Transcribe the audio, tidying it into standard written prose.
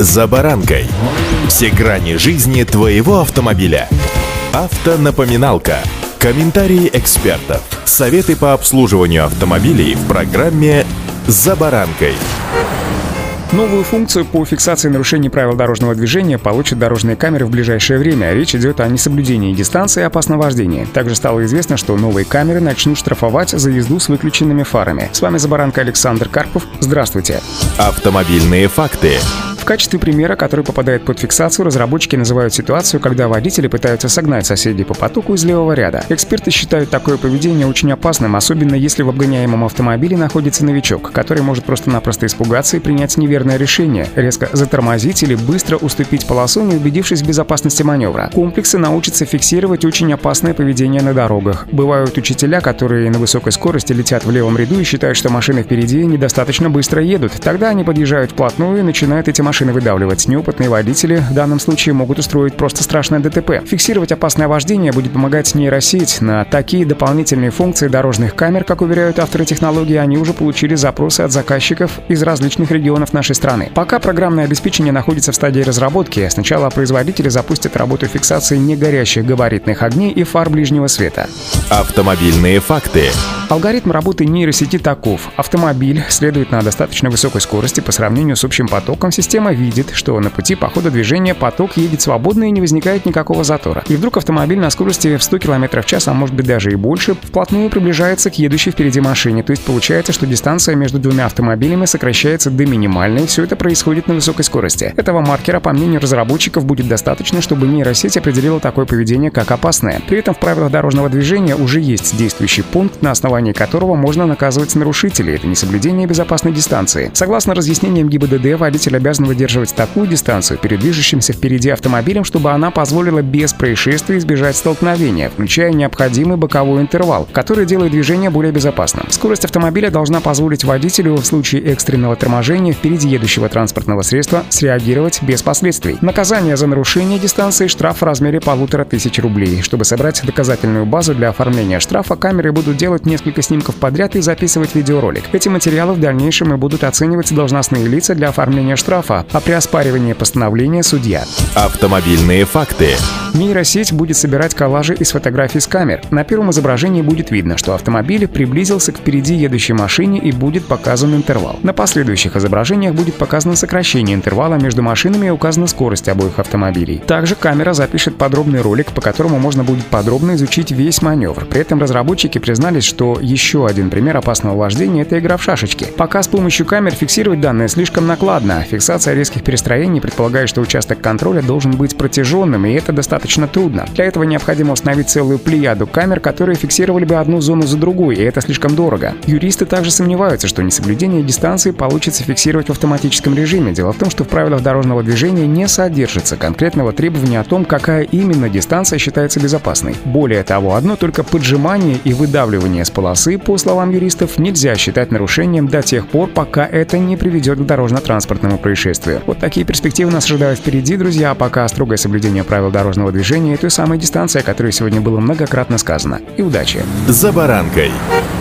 «За баранкой». Все грани жизни твоего автомобиля. Автонапоминалка. Комментарии экспертов. Советы по обслуживанию автомобилей в программе «За баранкой». Новую функцию по фиксации нарушений правил дорожного движения получат дорожные камеры в ближайшее время. Речь идет о несоблюдении дистанции и опасном вождении. Также стало известно, что новые камеры начнут штрафовать за езду с выключенными фарами. С вами «За баранкой» Александр Карпов. Здравствуйте. Автомобильные факты. В качестве примера, который попадает под фиксацию, разработчики называют ситуацию, когда водители пытаются согнать соседей по потоку из левого ряда. Эксперты считают такое поведение очень опасным, особенно если в обгоняемом автомобиле находится новичок, который может просто-напросто испугаться и принять неверное решение, резко затормозить или быстро уступить полосу, не убедившись в безопасности маневра. Комплексы научатся фиксировать очень опасное поведение на дорогах. Бывают учителя, которые на высокой скорости летят в левом ряду и считают, что машины впереди недостаточно быстро едут. Тогда они подъезжают вплотную и начинают эти машины выдавливать. Неопытные водители в данном случае могут устроить просто страшное ДТП. Фиксировать опасное вождение будет помогать нейросеть. На такие дополнительные функции дорожных камер, как уверяют авторы технологии, они уже получили запросы от заказчиков из различных регионов нашей страны. Пока программное обеспечение находится в стадии разработки, сначала производители запустят работу фиксации негорящих габаритных огней и фар ближнего света. Автомобильные факты. Алгоритм работы нейросети таков. Автомобиль следует на достаточно высокой скорости по сравнению с общим потоком. Система видит, что на пути по ходу движения поток едет свободно и не возникает никакого затора. И вдруг автомобиль на скорости в 100 км в час, а может быть даже и больше, вплотную приближается к едущей впереди машине. То есть получается, что дистанция между двумя автомобилями сокращается до минимальной. Все это происходит на высокой скорости. Этого маркера, по мнению разработчиков, будет достаточно, чтобы нейросеть определила такое поведение как опасное. При этом в правилах дорожного движения уже есть действующий пункт, на основании которого можно наказывать нарушителей. Это несоблюдение безопасной дистанции. Согласно разъяснениям ГИБДД, водитель обязан выдерживать такую дистанцию перед движущимся впереди автомобилем, чтобы она позволила без происшествий избежать столкновения, включая необходимый боковой интервал, который делает движение более безопасным. Скорость автомобиля должна позволить водителю в случае экстренного торможения впереди едущего транспортного средства среагировать без последствий. Наказание за нарушение дистанции — штраф в размере 1500 рублей. Чтобы собрать доказательную базу для оформления штрафа, камеры будут делать несколько снимков подряд и записывать видеоролик. Эти материалы в дальнейшем и будут оценивать должностные лица для оформления штрафа, а при оспаривании постановления — судья. Автомобильные факты. Нейросеть будет собирать коллажи из фотографий с камер. На первом изображении будет видно, что автомобиль приблизился к впереди едущей машине и будет показан интервал. На последующих изображениях будет показано сокращение интервала между машинами и указана скорость обоих автомобилей. Также камера запишет подробный ролик, по которому можно будет подробно изучить весь маневр. При этом разработчики признались, что еще один пример опасного вождения — это игра в шашечки. Пока с помощью камер фиксировать данные слишком накладно. Фиксация резких перестроений предполагает, что участок контроля должен быть протяженным, и это достаточно трудно. Для этого необходимо установить целую плеяду камер, которые фиксировали бы одну зону за другой, и это слишком дорого. Юристы также сомневаются, что несоблюдение дистанции получится фиксировать в автоматическом режиме. Дело в том, что в правилах дорожного движения не содержится конкретного требования о том, какая именно дистанция считается безопасной. Более того, одно только поджимание и выдавливание с полосы, по словам юристов, нельзя считать нарушением до тех пор, пока это не приведет к дорожно-транспортному происшествию. Вот такие перспективы нас ожидают впереди, друзья, а пока строгое соблюдение правил дорожного движения — и той самой дистанции, о которой сегодня было многократно сказано. И удачи! «За баранкой».